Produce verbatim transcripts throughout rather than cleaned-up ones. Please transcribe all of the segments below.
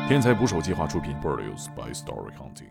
天才捕手计划出品 Produced by Story Hunting。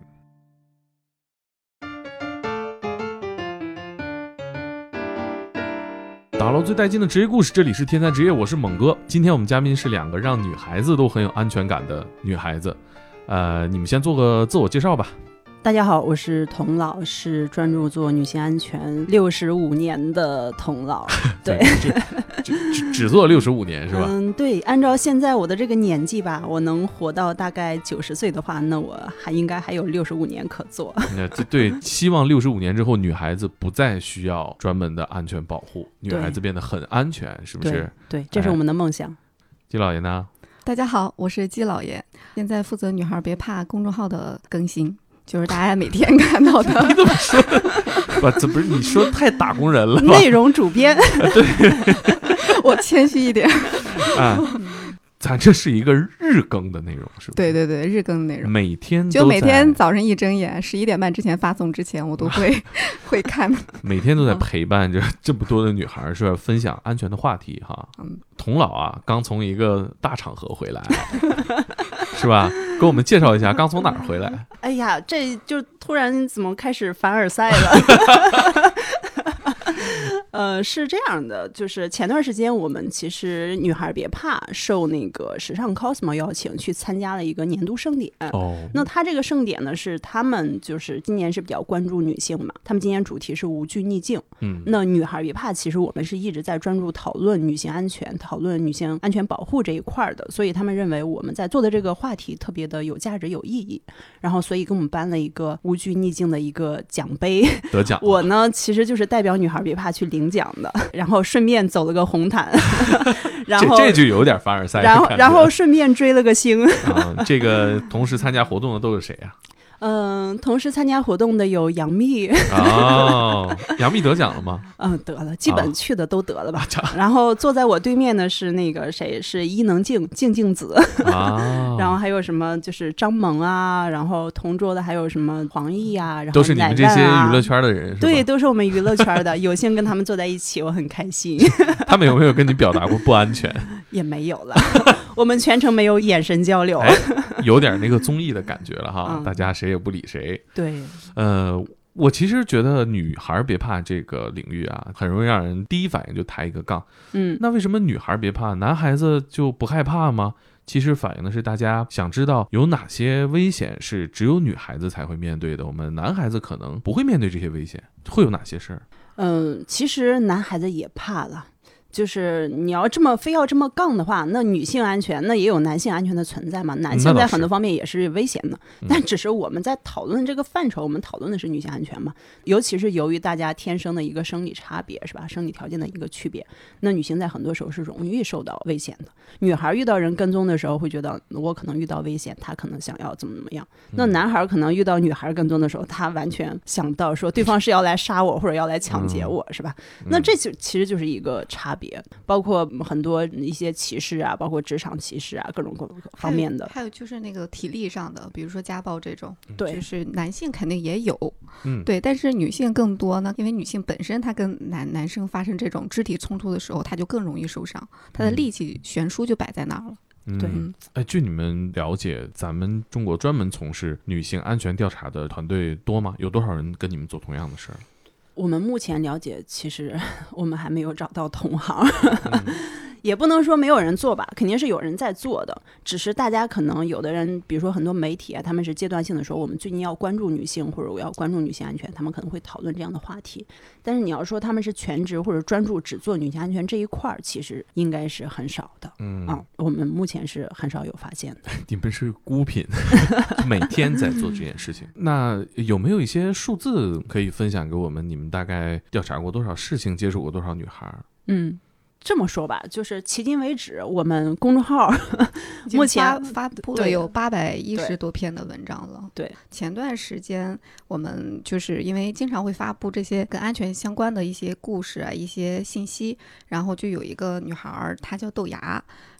打捞最带劲的职业故事，这里是天才职业，我是猛哥。今天我们嘉宾是两个让女孩子都很有安全感的女孩子，呃，你们先做个自我介绍吧。 大家好，我是童老，是专注做女性安全六十五年的童老。对， 只, 只, 只做六十五年是吧？ 嗯，对，按照现在我的这个年纪吧，我能活到大概九十岁的话，那我还应该还有六十五年可做。 对，希望六十五年之后，女孩子不再需要专门的安全保护，女孩子变得很安全，是不是？ 对，对，这是我们的梦想。 季老爷呢？ 大家好，我是季老爷，现在负责女孩别怕公众号的更新。就是大家每天看到的。 你怎么说的？不，这不是你说太打工人了吧？ 内容主编。 对， 我谦虚一点。 啊，咱这是一个日更的内容，是吧？ 对对对，日更的内容， 每天都就每天早上一睁眼，十一点半之前发送之前，我都会会看。 每天都在陪伴着这么多的女孩，是吧？分享安全的话题哈。嗯，童老啊，刚从一个大场合回来。是吧？给我们介绍一下刚从哪儿回来？ 哎呀，这就突然怎么开始凡尔赛了？呃，是这样的，就是前段时间我们其实女孩别怕受那个时尚 Cosmo 邀请去参加了一个年度盛典。 哦， 那他这个盛典呢，是他们就是今年是比较关注女性嘛，他们今年主题是无惧逆境。 嗯， 那女孩别怕，其实我们是一直在专注讨论女性安全、讨论女性安全保护这一块的，所以他们认为我们在做的这个话题特别的有价值、有意义，然后所以给我们颁了一个无惧逆境的一个奖杯。 得奖， 我呢其实就是代表女孩别怕去领奖的，然后顺便走了个红毯。然后这, 这就有点凡尔赛， 然后然后顺便追了个星。 嗯，这个同时参加活动的都是谁啊？ 嗯，同时参加活动的有杨幂。 哦，杨幂得奖了吗？ 嗯，得了，基本去的都得了吧。哦、然后坐在我对面的是那个谁，是伊能静，静静子。 啊， 然后还有什么就是张萌啊，然后同桌的还有什么黄奕啊，然后、啊、 都是你们这些娱乐圈的人，是吧？ 对，都是我们娱乐圈的，有幸跟他们坐在一起，我很开心。 他们有没有跟你表达过不安全？ 也没有了，我们全程没有眼神交流。 哎，有点那个综艺的感觉了哈， 嗯、 大家谁也不理谁。 对， 呃，我其实觉得女孩别怕这个领域啊，很容易让人第一反应就抬一个杠。 嗯， 那为什么女孩别怕，男孩子就不害怕吗？其实反映的是大家想知道有哪些危险是只有女孩子才会面对的，我们男孩子可能不会面对这些危险，会有哪些事儿？ 嗯，其实男孩子也怕了。就是你要这么非要这么杠的话，那女性安全那也有男性安全的存在嘛，男性在很多方面也是危险的，但只是我们在讨论这个范畴，我们讨论的是女性安全嘛，尤其是由于大家天生的一个生理差别，是吧，生理条件的一个区别，那女性在很多时候是容易受到危险的。女孩遇到人跟踪的时候会觉得我可能遇到危险，她可能想要怎么怎么样，那男孩可能遇到女孩跟踪的时候，他完全想到说对方是要来杀我或者要来抢劫我，是吧，那这就其实就是一个差别，包括很多一些歧视啊，包括职场歧视啊，各种各种方面的。 还有, 还有就是那个体力上的，比如说家暴这种， 对， 就是男性肯定也有， 嗯， 对，但是女性更多呢，因为女性本身她跟男男生发生这种肢体冲突的时候，她就更容易受伤，她的力气悬殊就摆在那儿了。 嗯、 对， 哎，据你们了解，咱们中国专门从事女性安全调查的团队多吗？有多少人跟你们做同样的事儿？ 我们目前了解，其实我们还没有找到同行。嗯也不能说没有人做吧，肯定是有人在做的，只是大家可能有的人比如说很多媒体啊，他们是阶段性的说我们最近要关注女性或者我要关注女性安全，他们可能会讨论这样的话题，但是你要说他们是全职或者专注只做女性安全这一块，其实应该是很少的。 嗯啊，我们目前是很少有发现的。 你们是孤品每天在做这件事情。那有没有一些数字可以分享给我们？你们大概调查过多少事情，接触过多少女孩？ 嗯，这么说吧，就是迄今为止我们公众号目前发布了有八百一十多篇的文章了。 对， 前段时间我们就是因为经常会发布这些跟安全相关的一些故事啊，一些信息，然后就有一个女孩她叫豆芽，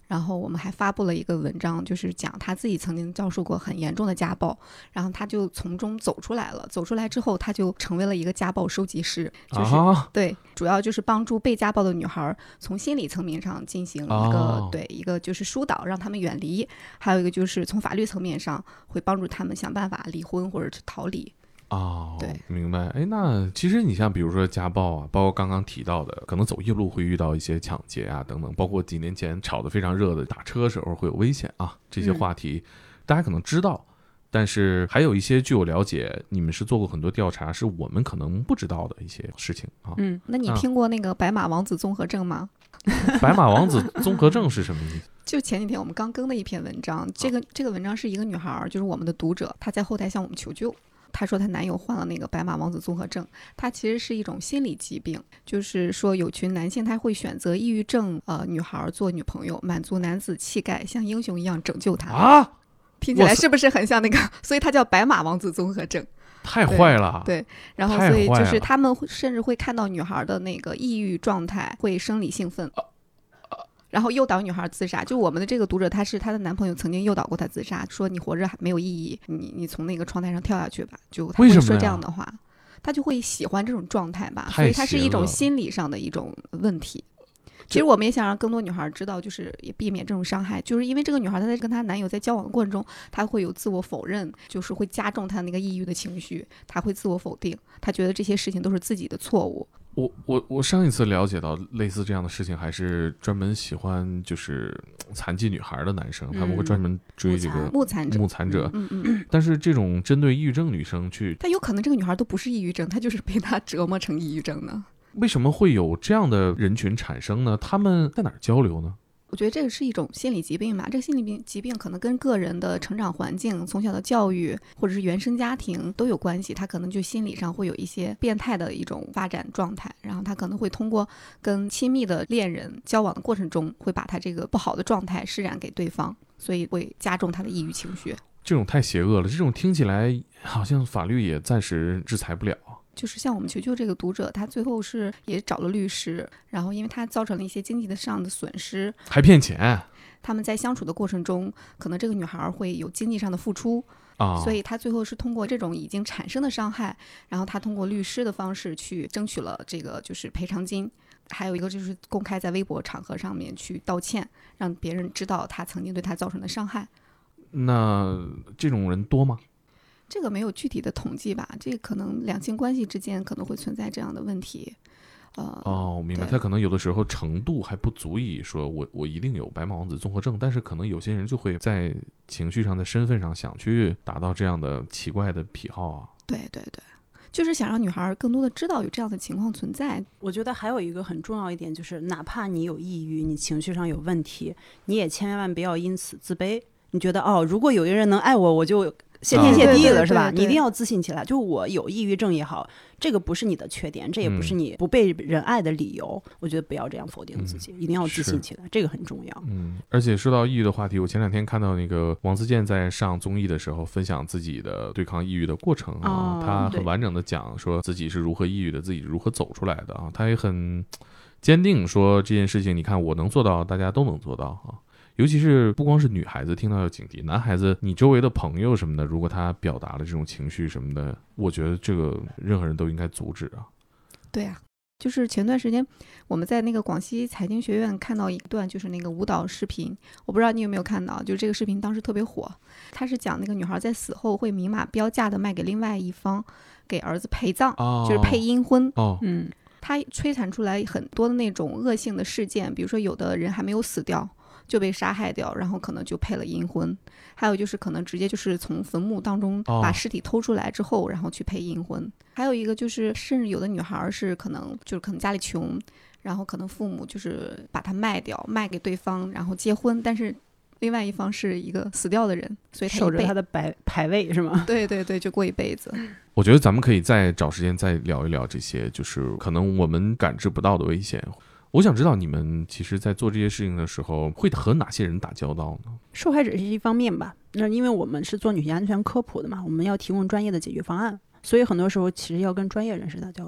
然后我们还发布了一个文章，就是讲他自己曾经遭受过很严重的家暴，然后他就从中走出来了，走出来之后他就成为了一个家暴收集师，就是、 啊、 对，主要就是帮助被家暴的女孩从心理层面上进行一个、哦、对一个就是疏导，让他们远离，还有一个就是从法律层面上会帮助他们想办法离婚或者是逃离。 哦， 对， 明白。哎，那其实你像比如说家暴啊，包括刚刚提到的，可能走夜路会遇到一些抢劫啊等等，包括几年前炒得非常热的打车时候会有危险啊，这些话题、嗯、大家可能知道，但是还有一些据我了解，你们是做过很多调查，是我们可能不知道的一些事情啊。 嗯，那你听过那个白马王子综合症吗？ 白马王子综合症是什么意思？ 就前几天我们刚更的一篇文章，这个这个文章是一个女孩，就是我们的读者，她在后台向我们求救。她说她男友患了那个白马王子综合症，它其实是一种心理疾病，就是说有群男性他会选择抑郁症呃女孩做女朋友，满足男子气概，像英雄一样拯救她啊！ 听起来是不是很像那个？所以它叫白马王子综合症。 太坏了。 对，对，然后所以就是他们甚至会看到女孩的那个抑郁状态，会生理兴奋。啊然后诱导女孩自杀，就我们的这个读者，她是她的男朋友曾经诱导过她自杀，说你活着没有意义，你你从那个窗台上跳下去吧，就他会说这样的话，他就会喜欢这种状态吧，所以它是一种心理上的一种问题。其实我们也想让更多女孩知道，就是也避免这种伤害，就是因为这个女孩她在跟她男友在交往的过程中，她会有自我否认，就是会加重她那个抑郁的情绪，她会自我否定，她觉得这些事情都是自己的错误。 我我我上一次了解到类似这样的事情，还是专门喜欢就是残疾女孩的男生，嗯、他们会专门追这个木残者。 木残者， 嗯嗯嗯。 但是这种针对抑郁症女生去， 但有可能这个女孩都不是抑郁症，她就是被他折磨成抑郁症呢。 为什么会有这样的人群产生呢？他们在哪儿交流呢？ 我觉得这个是一种心理疾病嘛，这个心理疾病可能跟个人的成长环境、从小的教育或者是原生家庭都有关系，他可能就心理上会有一些变态的一种发展状态，然后他可能会通过跟亲密的恋人交往的过程中，会把他这个不好的状态施展给对方，所以会加重他的抑郁情绪。 这种太邪恶了，这种听起来好像法律也暂时制裁不了。 就是像我们求救这个读者，他最后是也找了律师，然后因为他造成了一些经济上的损失， 还骗钱。 他们在相处的过程中，可能这个女孩会有经济上的付出啊，所以他最后是通过这种已经产生的伤害，然后他通过律师的方式去争取了这个就是赔偿金，还有一个就是公开在微博场合上面去道歉，让别人知道他曾经对他造成的伤害。 那这种人多吗？ 这个没有具体的统计吧，这个可能两性关系之间可能会存在这样的问题。呃， 哦，我明白，他可能有的时候程度还不足以说我我一定有白马王子综合症，但是可能有些人就会在情绪上、在身份上想去达到这样的奇怪的癖好啊。 对对对，就是想让女孩更多的知道有这样的情况存在。 我觉得还有一个很重要一点，就是哪怕你有抑郁，你情绪上有问题，你也千万不要因此自卑。你觉得哦，如果有一个人能爱我，我就谢天谢地了，是吧？你一定要自信起来。就我有抑郁症也好，这个不是你的缺点，这也不是你不被人爱的理由。嗯、我觉得不要这样否定自己，嗯、一定要自信起来，这个很重要。 嗯，而且说到抑郁的话题，我前两天看到那个王自健在上综艺的时候分享自己的对抗抑郁的过程啊，哦、他很完整的讲说自己是如何抑郁的，自己如何走出来的啊，他也很坚定说这件事情，你看我能做到，大家都能做到啊。尤其是不光是女孩子听到要警惕，男孩子你周围的朋友什么的，如果他表达了这种情绪什么的，我觉得这个任何人都应该阻止啊。 对啊，就是前段时间我们在那个广西财经学院看到一段就是那个舞蹈视频，我不知道你有没有看到，就是这个视频当时特别火，他是讲那个女孩在死后会明码标价的卖给另外一方，给儿子陪葬，哦、就是配阴婚。 哦， 嗯，他摧残出来很多的那种恶性的事件，比如说有的人还没有死掉就被杀害掉，然后可能就配了阴婚，还有就是可能直接就是从坟墓当中把尸体偷出来之后、哦、然后去配阴婚，还有一个就是甚至有的女孩是可能就是可能家里穷，然后可能父母就是把她卖掉卖给对方然后结婚，但是另外一方是一个死掉的人，所以他守着他的牌牌位是吗？ 对对对，就过一辈子。 我觉得咱们可以再找时间再聊一聊这些就是可能我们感知不到的危险。我想知道你们其实在做这些事情的时候会和哪些人打交道呢？ 受害者是一方面吧，那因为我们是做女性安全科普的嘛，我们要提供专业的解决方案，所以很多时候其实要跟专业人士打交道。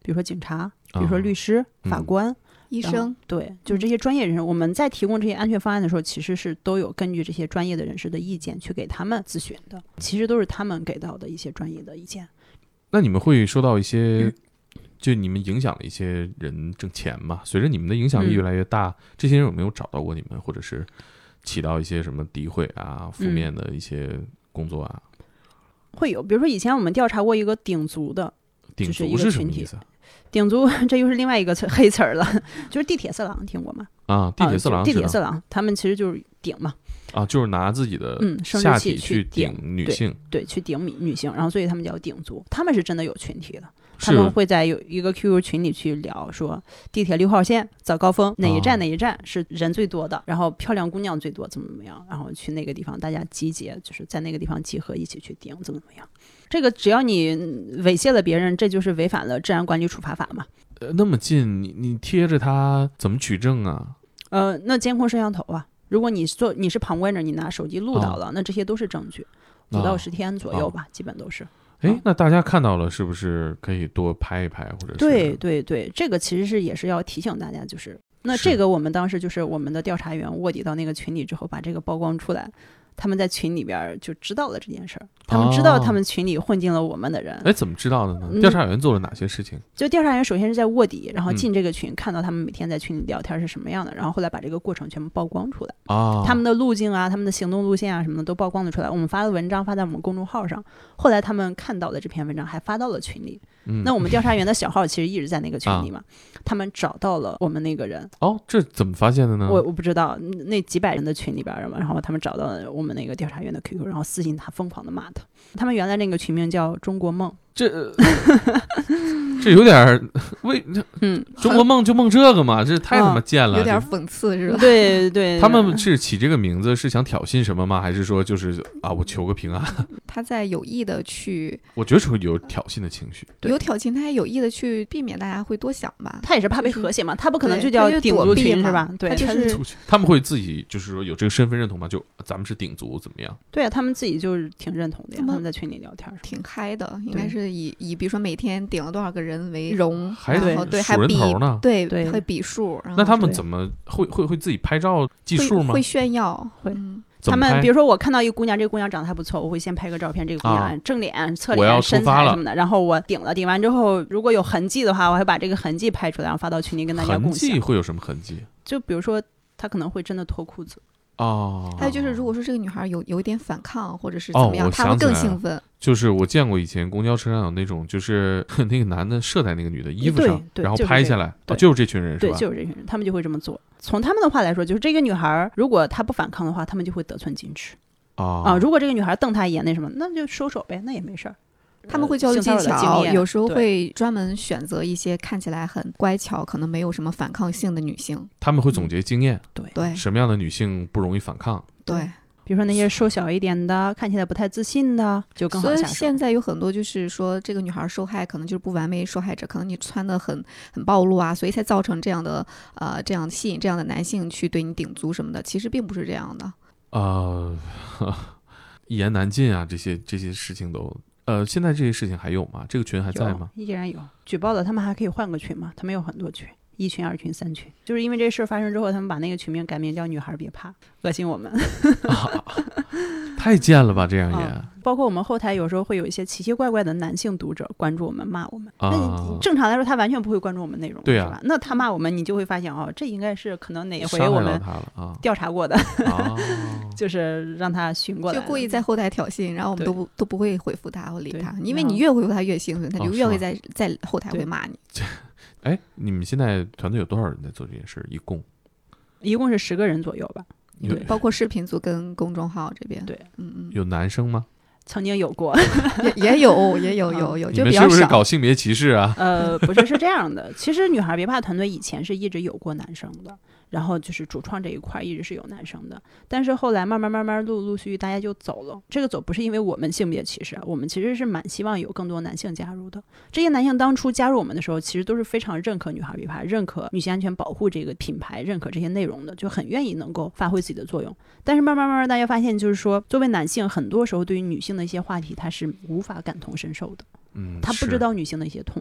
比如说警察，比如说律师、 嗯、 法官、 医生， 对，就是这些专业人士。我们在提供这些安全方案的时候，其实是都有根据这些专业的人士的意见去给他们咨询的，其实都是他们给到的一些专业的意见。 那你们会收到一些、嗯、就你们影响了一些人挣钱吗？随着你们的影响力越来越大、嗯、这些人有没有找到过你们，或者是起到一些什么诋毁啊、负面的一些工作啊、嗯、 会有。比如说以前我们调查过一个顶族的， 顶族是什么意思啊？ 顶族这又是另外一个词黑词儿了，就是地铁色狼，听过吗？ 啊，地铁色狼、啊、 地铁色狼他们其实就是顶嘛， 啊，就是拿自己的下体去顶女性、 嗯、对, 对，去顶女性，然后所以他们叫顶族，他们是真的有群体的，他们会在有一个 Q Q 群里去聊说地铁六号线早高峰哪一站哪一站是人最多的、哦、然后漂亮姑娘最多怎么怎么样，然后去那个地方大家集结，就是在那个地方集合一起去顶怎么怎么样。这个只要你猥亵了别人，这就是违反了治安管理处罚法嘛。 呃，那么近，你你贴着他怎么取证啊？ 呃，那监控摄像头啊，如果你做你是旁观者，你拿手机录到了、哦、那这些都是证据，五到十天左右吧、哦、基本都是。 哎，那大家看到了是不是可以多拍一拍，或者是？ 对对对，这个其实是也是要提醒大家，就是那这个我们当时就是我们的调查员卧底到那个群里之后，把这个曝光出来，他们在群里边就知道了这件事儿，他们知道他们群里混进了我们的人。哎、 哦，怎么知道的呢？调查员做了哪些事情？嗯、 就调查员首先是在卧底，然后进这个群、嗯，看到他们每天在群里聊天是什么样的，然后后来把这个过程全部曝光出来。 哦， 他们的路径啊，他们的行动路线啊什么的都曝光了出来。我们发了文章发在我们公众号上，后来他们看到了这篇文章，还发到了群里。嗯、那我们调查员的小号其实一直在那个群里嘛、啊，他们找到了我们那个人。 哦，这怎么发现的呢？ 我我不知道，那几百人的群里边嘛，然后他们找到了我们那个调查员的 Q Q， 然后私信他，疯狂的骂他。他们原来那个群名叫中国梦， 这这有点为嗯，中国梦就梦这个嘛，这太他妈贱了， 有点讽刺是吧？ 对对， 他们是起这个名字是想挑衅什么吗？还是说就是啊，我求个平安？ 他在有意的去， 我觉得是有挑衅的情绪， 有挑衅，他也有意的去避免大家会多想吧。 他也是怕被和谐嘛，他不可能就叫顶族群是吧？对， 他就是他们会自己就是说有这个身份认同吗？就咱们是顶族怎么样？ 对啊，他们自己就是挺认同的呀，他们在群里聊天挺嗨的，应该是以以比如说每天顶了多少个人为荣， 还然后对还数人头呢， 对对会比数。 那他们怎么会会会自己拍照计数吗？ 会, 会炫耀， 会。 嗯他们比如说我看到一个姑娘，这个姑娘长得还不错，我会先拍个照片，这个姑娘、啊、正脸、侧脸、身材什么的，然后我顶了，顶完之后如果有痕迹的话，我会把这个痕迹拍出来，然后发到群里跟大家共享。 痕迹会有什么痕迹？ 就比如说她可能会真的脱裤子。 哦， 还有就是如果说这个女孩有有一点反抗或者是怎么样，她、哦、会更兴奋。 就是我见过以前公交车上有那种，就是那个男的射在那个女的衣服上，然后拍下来，就是、哦、就是这群人是吧？ 对，就是这群人，他们就会这么做。从他们的话来说，就是这个女孩如果她不反抗的话，他们就会得寸进尺。 啊、 哦，如果这个女孩瞪他一眼，那什么，那就收手呗，那也没事儿。 他们会教育技巧，有时候会专门选择一些看起来很乖巧、可能没有什么反抗性的女性。 他们会总结经验， 对对， 什么样的女性不容易反抗？ 对， 比如说那些瘦小一点的，看起来不太自信的，就更好下手。 所以现在有很多就是说，这个女孩受害可能就是不完美受害者，可能你穿的很很暴露啊，所以才造成这样的呃这样吸引这样的男性去对你顶足什么的，其实并不是这样的。 呃，一言难尽啊，这些这些事情都，呃，现在这些事情还有吗？这个群还在吗？ 依然有，举报了，他们还可以换个群嘛？他们有很多群，一群、二群、三群，就是因为这事发生之后，他们把那个群名改名叫“女孩别怕”，恶心我们。 啊、太贱了吧，这样也、 嗯。包括我们后台有时候会有一些奇奇怪怪的男性读者关注我们、骂我们。 啊、 那正常来说，他完全不会关注我们内容， 对啊， 是吧？那他骂我们，你就会发现哦，这应该是可能哪回我们调查过的， 啊、 就是让他寻过来， 就故意在后台挑衅，然后我们都不都不会回复他或理他，因为你越回复他越兴奋，他就越会在、哦、在后台会骂你。 哎，你们现在团队有多少人在做这件事？一共一共是十个人左右吧， 对，包括视频组跟公众号这边。 对， 嗯嗯， 有男生吗？ 曾经有过， 也也有也有有有，就比较少。 你们是不是搞性别歧视啊？ 呃，不是，是这样的。其实女孩别怕团队以前是一直有过男生的，然后就是主创这一块一直是有男生的，但是后来慢慢慢慢陆陆续续大家就走了。这个走不是因为我们性别歧视啊，我们其实是蛮希望有更多男性加入的。这些男性当初加入我们的时候，其实都是非常认可女孩别怕，认可女性安全保护这个品牌，认可这些内容的，就很愿意能够发挥自己的作用。但是慢慢慢慢大家发现，就是说作为男性，很多时候对于女性的一些话题他是无法感同身受的。 嗯， 他不知道女性的一些痛点，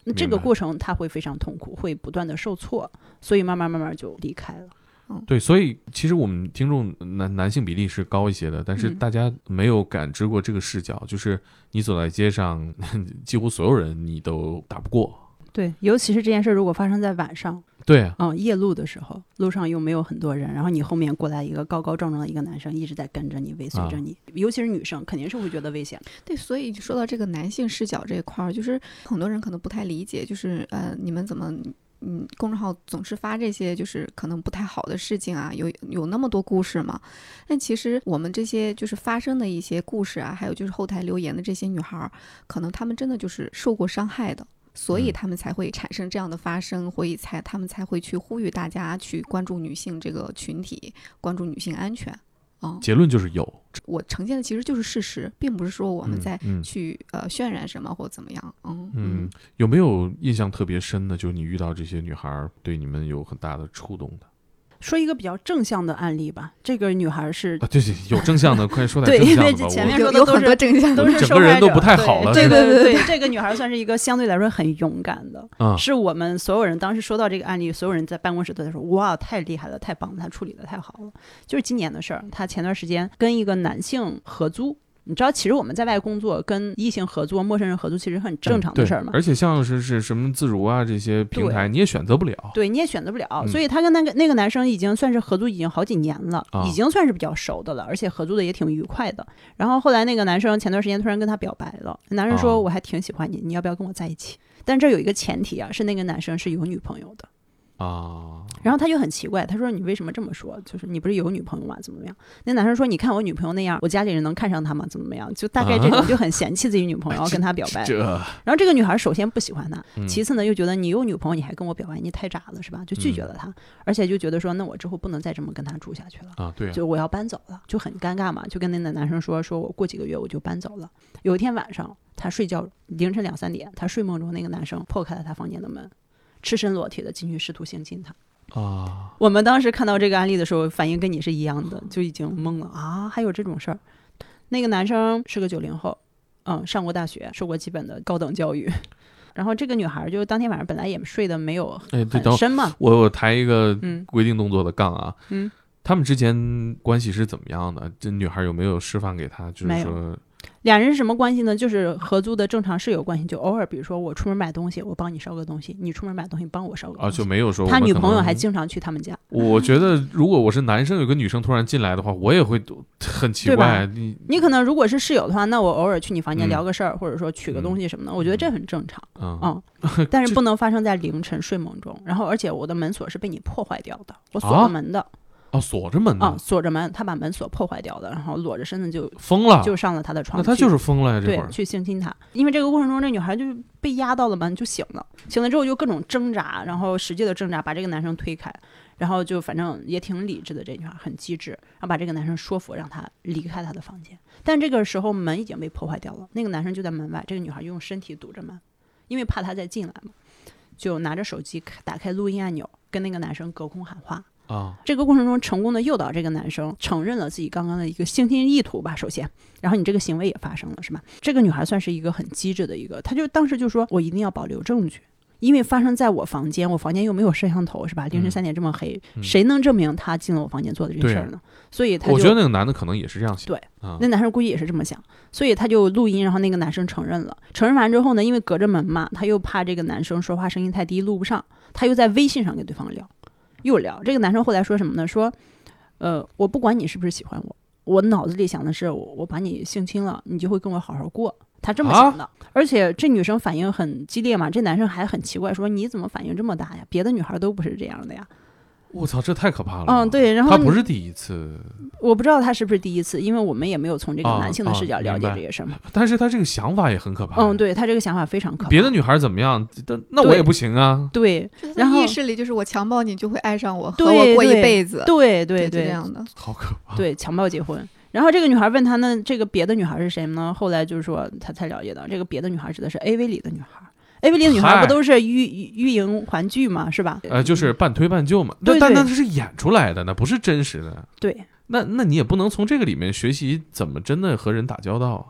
那这个过程他会非常痛苦，会不断的受挫，所以慢慢慢慢就离开了。 对，所以其实我们听众男男性比例是高一些的，但是大家没有感知过这个视角，嗯、就是你走在街上，几乎所有人你都打不过。 对，尤其是这件事如果发生在晚上， 对， 嗯，夜路的时候，路上又没有很多人，然后你后面过来一个高高壮壮的一个男生一直在跟着你，尾随着你、啊，尤其是女生肯定是会觉得危险。 对，所以说到这个男性视角这一块，就是很多人可能不太理解，就是呃，你们怎么？嗯，公众号总是发这些就是可能不太好的事情啊，有有那么多故事嘛？但其实我们这些就是发生的一些故事啊，还有就是后台留言的这些女孩，可能她们真的就是受过伤害的，所以她们才会产生这样的发生，所以才她们才会去呼吁大家去关注女性这个群体，关注女性安全。嗯、 结论就是有， 我呈现的其实就是事实，并不是说我们在去、 嗯嗯、呃渲染什么或怎么样。嗯嗯，有没有印象特别深的？就是你遇到这些女孩对你们有很大的触动的？ 说一个比较正向的案例吧，这个女孩是啊，对对，有正向的，快说点正向的吧。 对，因为前面说的都是有很多正向的， 都是整个人都不太好了。 对对对 对, 对，这个女孩算是一个相对来说很勇敢的， 嗯、 是我们所有人当时说到这个案例，所有人在办公室都在说，哇，太厉害了，太棒了，她处理的太好了。就是今年的事儿，她前段时间跟一个男性合租。你知道，其实我们在外工作，跟异性合作、陌生人合作，其实很正常的事儿嘛、嗯。 而且像是是什么自如啊这些平台，你也选择不了。 对，你也选择不了。 嗯、 所以他跟那个那个男生已经算是合租已经好几年了、啊，已经算是比较熟的了，而且合租的也挺愉快的。然后后来那个男生前段时间突然跟他表白了，男生说、啊、我还挺喜欢你，你要不要跟我在一起？但这有一个前提啊，是那个男生是有女朋友的。 啊， 然后他就很奇怪，他说你为什么这么说，就是你不是有女朋友吗，怎么样？那男生说你看我女朋友那样，我家里人能看上她吗，怎么怎么样，就大概这种，就很嫌弃自己女朋友，跟他表白。然后这个女孩首先不喜欢他，其次呢又觉得你有女朋友你还跟我表白，你太渣了是吧，就拒绝了他、嗯、而且就觉得说那我之后不能再这么跟他住下去了啊，对啊， 就我要搬走了，就很尴尬嘛，就跟那个男生说说我过几个月我就搬走了。有一天晚上他睡觉凌晨两三点，他睡梦中那个男生破开了他房间的门，赤身裸体的进去试图性侵他啊！ 我们当时看到这个案例的时候，反应跟你是一样的，就已经懵了啊！还有这种事儿？那个男生是个九零后，嗯，上过大学，受过基本的高等教育。然后这个女孩就当天晚上本来也睡得没有很深嘛。 哎、我我抬一个规定动作的杠啊，嗯，他们之间关系是怎么样的？这女孩有没有释放给他？就是说。 俩人是什么关系呢？就是合租的正常室友关系，就偶尔比如说我出门买东西我帮你烧个东西，你出门买东西帮我烧个东西啊， 就没有说他女朋友还经常去他们家。 我觉得如果我是男生有个女生突然进来的话，我也会很奇怪。你你可能如果是室友的话，那我偶尔去你房间聊个事儿、嗯、或者说取个东西什么的、嗯、我觉得这很正常。嗯, 嗯但是不能发生在凌晨睡梦中。然后而且我的门锁是被你破坏掉的，我锁了门的。啊哦，锁着门呢？ 啊，锁着门，他把门锁破坏掉了，然后裸着身子就疯了， 就上了他的床。 那他就是疯了呀，这会儿对，去性侵他。因为这个过程中，这女孩就被压到了门，就醒了。醒了之后就各种挣扎，然后使劲的挣扎，把这个男生推开，然后就反正也挺理智的，这女孩很机智，然后把这个男生说服，让他离开他的房间。但这个时候门已经被破坏掉了，那个男生就在门外，这个女孩用身体堵着门，因为怕他再进来嘛，就拿着手机打开录音按钮，跟那个男生隔空喊话。 啊， 这个过程中成功的诱导这个男生承认了自己刚刚的一个性侵意图吧，首先，然后你这个行为也发生了，是吧？这个女孩算是一个很机智的一个，她就当时就说我一定要保留证据，因为发生在我房间，我房间又没有摄像头，是吧？凌晨三点这么黑、嗯、谁能证明他进了我房间做的这事儿呢？所以他就我觉得那个男的可能也是这样想， 对、啊、那男生估计也是这么想，所以他就录音，然后那个男生承认了，承认完之后呢，因为隔着门嘛，他又怕这个男生说话声音太低录不上，他又在微信上跟对方聊，又聊。这个男生后来说什么呢？说呃，我不管你是不是喜欢我，我脑子里想的是我我把你性侵了，你就会跟我好好过，他这么想的、啊、而且这女生反应很激烈嘛，这男生还很奇怪说你怎么反应这么大呀，别的女孩都不是这样的呀。 我操，这太可怕了。 嗯，对，然后他不是第一次， 我不知道他是不是第一次，因为我们也没有从这个男性的视角了解这些事儿嘛、 啊啊。但是他这个想法也很可怕。 嗯，对，他这个想法非常可怕。 别的女孩怎么样，那我也不行啊。 对，然后意识里就是我强暴你就会爱上我，和我过一辈子。 对对 对, 对， 这样的， 好可怕。 对，强暴结婚。然后这个女孩问他呢，这个别的女孩是谁呢？后来就是说他才了解到，这个别的女孩指的是 A V 里的女孩。A V 里的女孩不都是欲欲迎还拒吗？是吧？ 呃，就是半推半就嘛。 对对， 但那是演出来的，那不是真实的。 对， 那那你也不能从这个里面学习怎么真的和人打交道啊。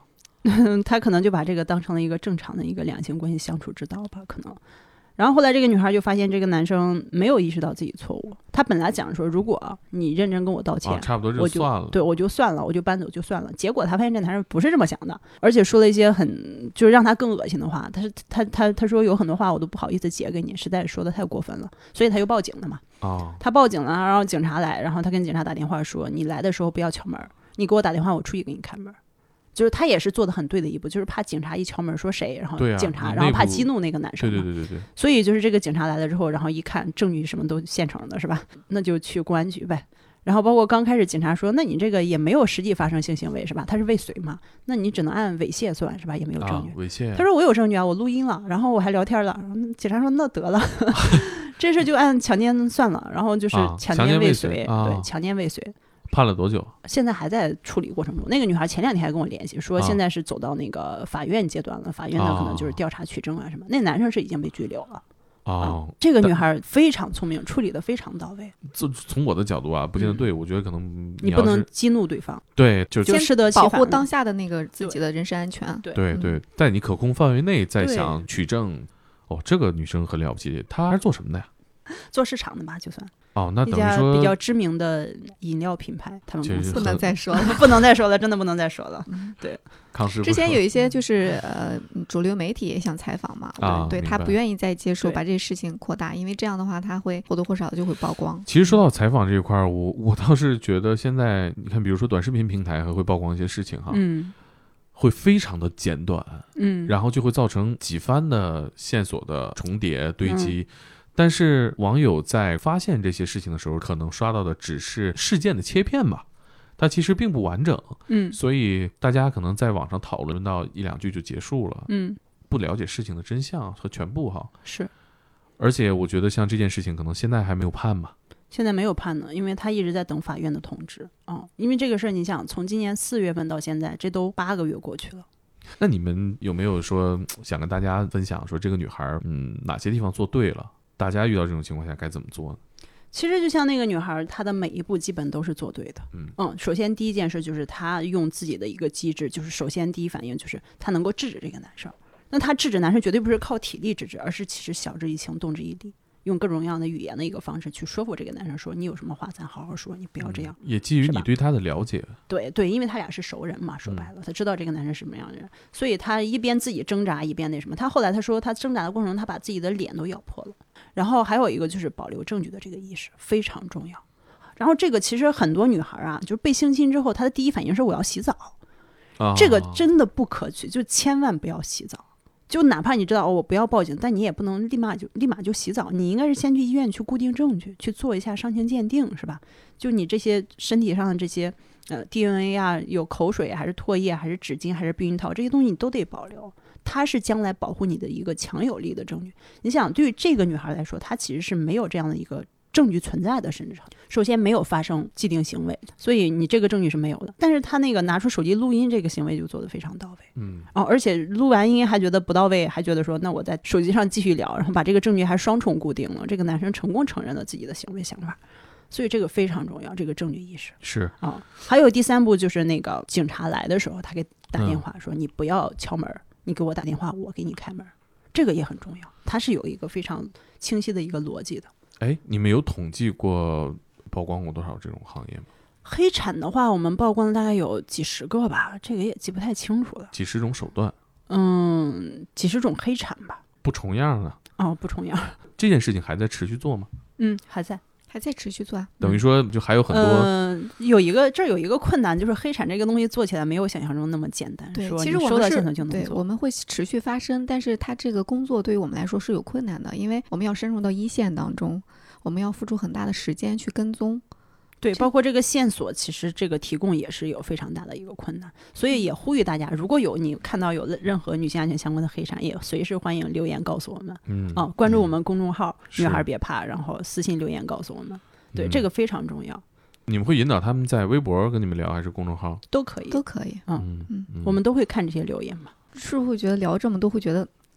他可能就把这个当成了一个正常的一个两性关系相处之道吧，可能。然后后来这个女孩就发现这个男生没有意识到自己错误，他本来讲说如果你认真跟我道歉、 啊、差不多就算了， 对，我就算了，我就搬走就算了。结果他发现这男生不是这么想的，而且说了一些很就是让他更恶心的话。他是他他他说有很多话我都不好意思截给你，实在说的太过分了，所以他又报警了嘛。 哦， 他报警了，然后警察来，然后他跟警察打电话说，你来的时候不要敲门，你给我打电话，我出去给你开门。就是他也是做的很对的一步，就是怕警察一敲门说谁，然后警察、啊、然后怕激怒那个男生嘛。 对对对对对。 所以就是这个警察来了之后，然后一看证据什么都现成的，是吧？那就去公安局呗。然后包括刚开始警察说，那你这个也没有实际发生性行为是吧？他是未遂嘛，那你只能按猥亵算是吧？也没有证据。 啊、猥亵。 他说我有证据啊，我录音了，然后我还聊天了。警察说那得了，这事就按强奸算了，然后就是强奸未遂， 啊、 对，强奸未遂。 判了多久？ 现在还在处理过程中。那个女孩前两天还跟我联系，说现在是走到那个法院阶段了，啊、法院呢可能就是调查取证啊什么。那男生是已经被拘留了。 哦、 啊，这个女孩非常聪明，处理的非常到位。 从我的角度啊，不见得对，嗯、我觉得可能你, 你不能激怒对方， 对，就就适得其反， 保护当下的那个自己的人身安全。 对对 对, 对，在你可控范围内再想取证。哦，这个女生很了不起，她是做什么的呀？ 做市场的吧，就算。 哦，那等于说比较知名的饮料品牌，他们公司不能再说了， 不能再说了，真的不能再说了。对， 康师傅之前有一些就是呃主流媒体也想采访嘛， 啊、 对他不愿意再接受把这个事情扩大，因为这样的话他会或多或少的就会曝光。 其实说到采访这一块，我我倒是觉得现在你看，比如说短视频平台还会曝光一些事情哈， 嗯， 会非常的简短， 嗯， 然后就会造成几番的线索的重叠堆积。 嗯， 但是网友在发现这些事情的时候，可能刷到的只是事件的切片吧，它其实并不完整。 嗯， 所以大家可能在网上讨论到一两句就结束了。 嗯， 不了解事情的真相和全部哈。 是。 而且我觉得像这件事情，可能现在还没有判嘛。 现在没有判呢，因为他一直在等法院的通知啊、哦。因为这个事儿，你想从今年四月份到现在，这都八个月过去了。 那你们有没有说想跟大家分享说这个女孩嗯哪些地方做对了？大家遇到这种情况下该怎么做呢？ 其实就像那个女孩，她的每一步基本都是做对的。 嗯嗯，首先第一件事就是她用自己的一个机制，就是首先第一反应就是她能够制止这个男生。那她制止男生绝对不是靠体力制止，而是其实晓之以情，动之以理，用各种各样的语言的一个方式去说服这个男生说，你有什么话咱好好说，你不要这样。 嗯、也基于你对他的了解。 对对，因为他俩是熟人嘛，说白了，他知道这个男生是什么样的人，所以他一边自己挣扎，一边那什么。他后来他说，他挣扎的过程中，他把自己的脸都咬破了。然后还有一个就是保留证据的这个意识非常重要。然后这个其实很多女孩啊，就是被性侵之后，她的第一反应是我要洗澡， 啊、 这个真的不可取，就千万不要洗澡。就哪怕你知道、哦、我不要报警，但你也不能立马就立马就洗澡，你应该是先去医院去固定证据，去做一下伤情鉴定，是吧？就你这些身体上的这些呃 D N A 啊，有口水还是唾液还是纸巾还是避孕套，这些东西你都得保留，它是将来保护你的一个强有力的证据。你想，对于这个女孩来说，她其实是没有这样的一个证据存在的，甚至首先没有发生既定行为，所以你这个证据是没有的。但是他那个拿出手机录音这个行为就做得非常到位， 嗯， 哦，而且录完音还觉得不到位，还觉得说那我在手机上继续聊，然后把这个证据还双重固定了，这个男生成功承认了自己的行为想法，所以这个非常重要，这个证据意识是啊、哦。还有第三步就是那个警察来的时候，他给打电话说、嗯、你不要敲门，你给我打电话，我给你开门，这个也很重要，它是有一个非常清晰的一个逻辑的。 哎，你们有统计过曝光过多少这种行业吗？ 黑产的话，我们曝光的大概有几十个吧，这个也记不太清楚了。 几十种手段， 嗯，几十种黑产吧。 不重样啊？ 哦，不重样。 这件事情还在持续做吗？ 嗯，还在。 还在持续做啊， 等于说就还有很多。 嗯、呃，有一个这儿有一个困难，就是黑产这个东西做起来没有想象中那么简单。 对， 说其实我们是就能对，我们会持续发生，但是它这个工作对于我们来说是有困难的，因为我们要深入到一线当中，我们要付出很大的时间去跟踪。 对，包括这个线索，其实这个提供也是有非常大的一个困难，所以也呼吁大家，如果有你看到有任何女性安全相关的黑产，也随时欢迎留言告诉我们。 嗯， 啊，关注我们公众号“ 嗯、 女孩别怕”，然后私信留言告诉我们。对、嗯，这个非常重要。 你们会引导他们在微博跟你们聊，还是公众号？ 都可以， 都可以。 嗯嗯， 我们都会看这些留言嘛。 是不是会觉得聊这么多，会觉得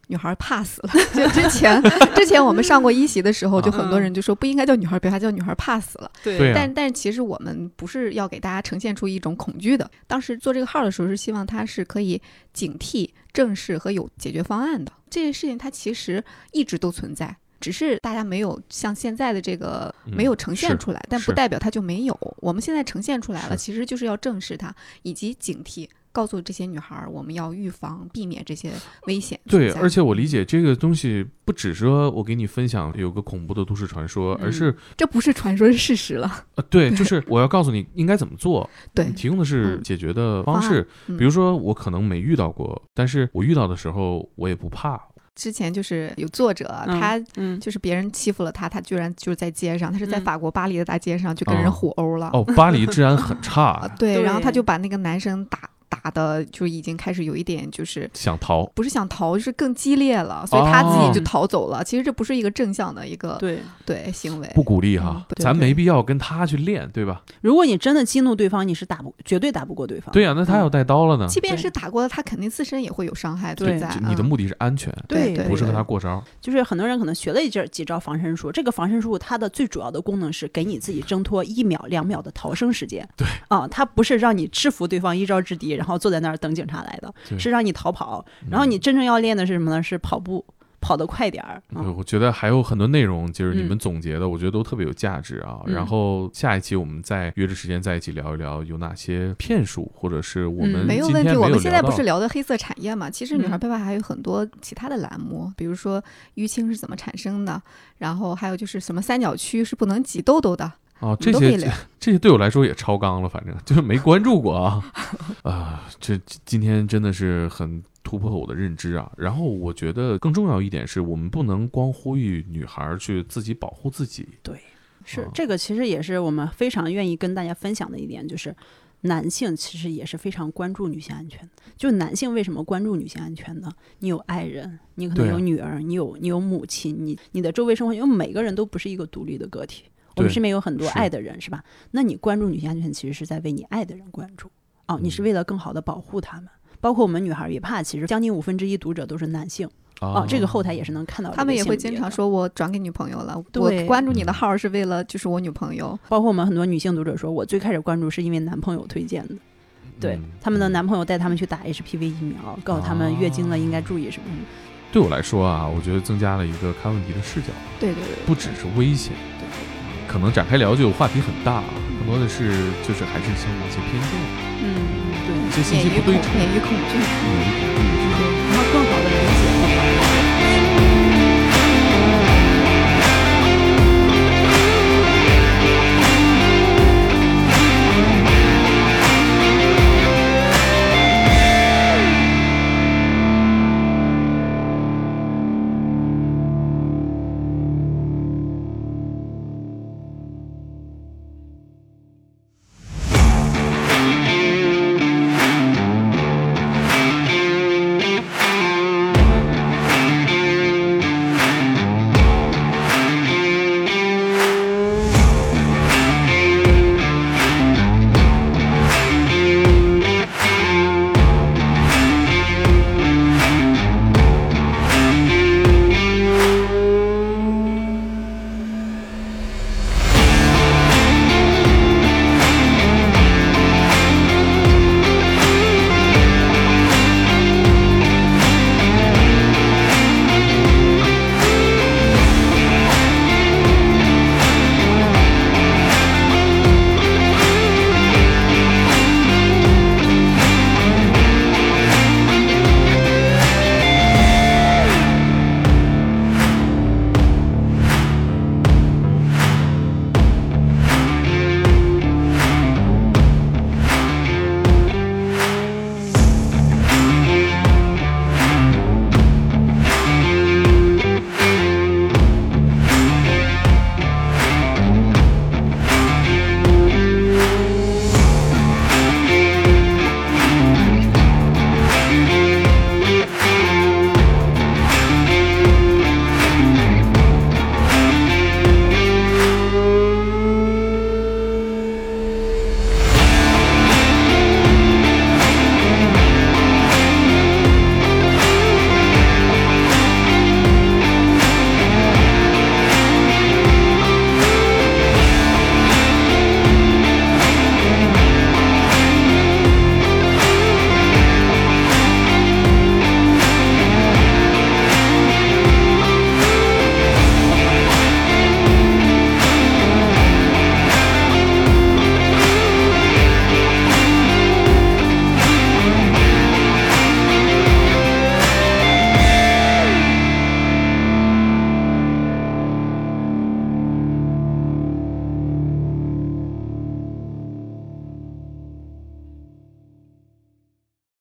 女孩怕死了。就之前之前我们上过一席的时候，就很多人就说不应该叫女孩别怕，叫女孩怕死了。 对， 但但其实我们不是要给大家呈现出一种恐惧的。当时做这个号的时候，是希望它是可以警惕、正视和有解决方案的。这些事情它其实一直都存在。只是大家没有像现在的这个没有呈现出来、嗯、但不代表它就没有。我们现在呈现出来了，其实就是要正视它，以及警惕，告诉这些女孩我们要预防避免这些危险。 对，而且我理解这个东西不只是说我给你分享有个恐怖的都市传说、嗯、而是这不是传说是事实了、 呃、对，就是我要告诉你应该怎么做。 对， 提供的是解决的方式、嗯、比如说我可能没遇到过、嗯、但是我遇到的时候我也不怕。 之前就是有作者、嗯、他就是别人欺负了他、嗯、他居然就是在街上，他是在法国巴黎的大街上就跟人互殴了。 哦，哦巴黎治安很差对，然后他就把那个男生打打的就已经开始有一点就是想逃， 不是想逃，就是更激烈了，所以他自己就逃走了、哦、其实这不是一个正向的一个对对行为， 不鼓励哈、嗯、咱没必要跟他去练，对吧？ 如果你真的激怒对方，你是打不绝对打不过对方。 对呀、啊、那他要带刀了呢、 嗯、即便是打过了，他肯定自身也会有伤害存在。 你的目的是安全， 对、 嗯、不是和他过招。 就是很多人可能学了一阵几招防身术，这个防身术它的最主要的功能是给你自己挣脱一秒两秒的逃生时间。 对啊，它不是让你制服对方一招制敌，然后坐在那儿等警察来的，是让你逃跑。然后你真正要练的是什么呢？是跑步，跑得快点儿、 嗯。我觉得还有很多内容，就是你们总结的，嗯、我觉得都特别有价值啊、嗯。然后下一期我们再约着时间在一起聊一聊，有哪些骗术，或者是我们、嗯、 没有问题。我们现在不是聊的黑色产业嘛？其实女孩背叛还有很多其他的栏目，嗯、比如说淤青是怎么产生的，然后还有就是什么三角区是不能挤痘痘的。 哦，这些这些对我来说也超纲了，反正就是没关注过啊啊！这今天真的是很突破我的认知啊。然后我觉得更重要一点是我们不能光呼吁女孩去自己保护自己。 对，是、啊、这个其实也是我们非常愿意跟大家分享的一点，就是男性其实也是非常关注女性安全的。就男性为什么关注女性安全呢？你有爱人，你可能有女儿，啊、你有你有母亲，你你的周围生活，因为每个人都不是一个独立的个体。我们身边有很多爱的人， 是, 是吧？那你关注女性安全，其实是在为你爱的人关注哦，你是为了更好的保护他们。包括我们女孩也怕，其实将近五分之一读者都是男性哦，哦这个后台也是能看到。 他们也会经常说我转给女朋友了，我关注你的号是为了就是我女朋友。 包括我们很多女性读者说，我最开始关注是因为男朋友推荐的，对、嗯、他们的男朋友带他们去打 H P V 疫苗，告诉他们月经了应该注意什么什么。 对我来说啊，我觉得增加了一个看问题的视角。 对对 对, 对， 不只是危险。对。可能展开聊就话题很大，很多的是就是还是像一些偏见， 嗯，对， 一些信息不对称， 免于恐惧， 免于恐惧， 然后更好的理解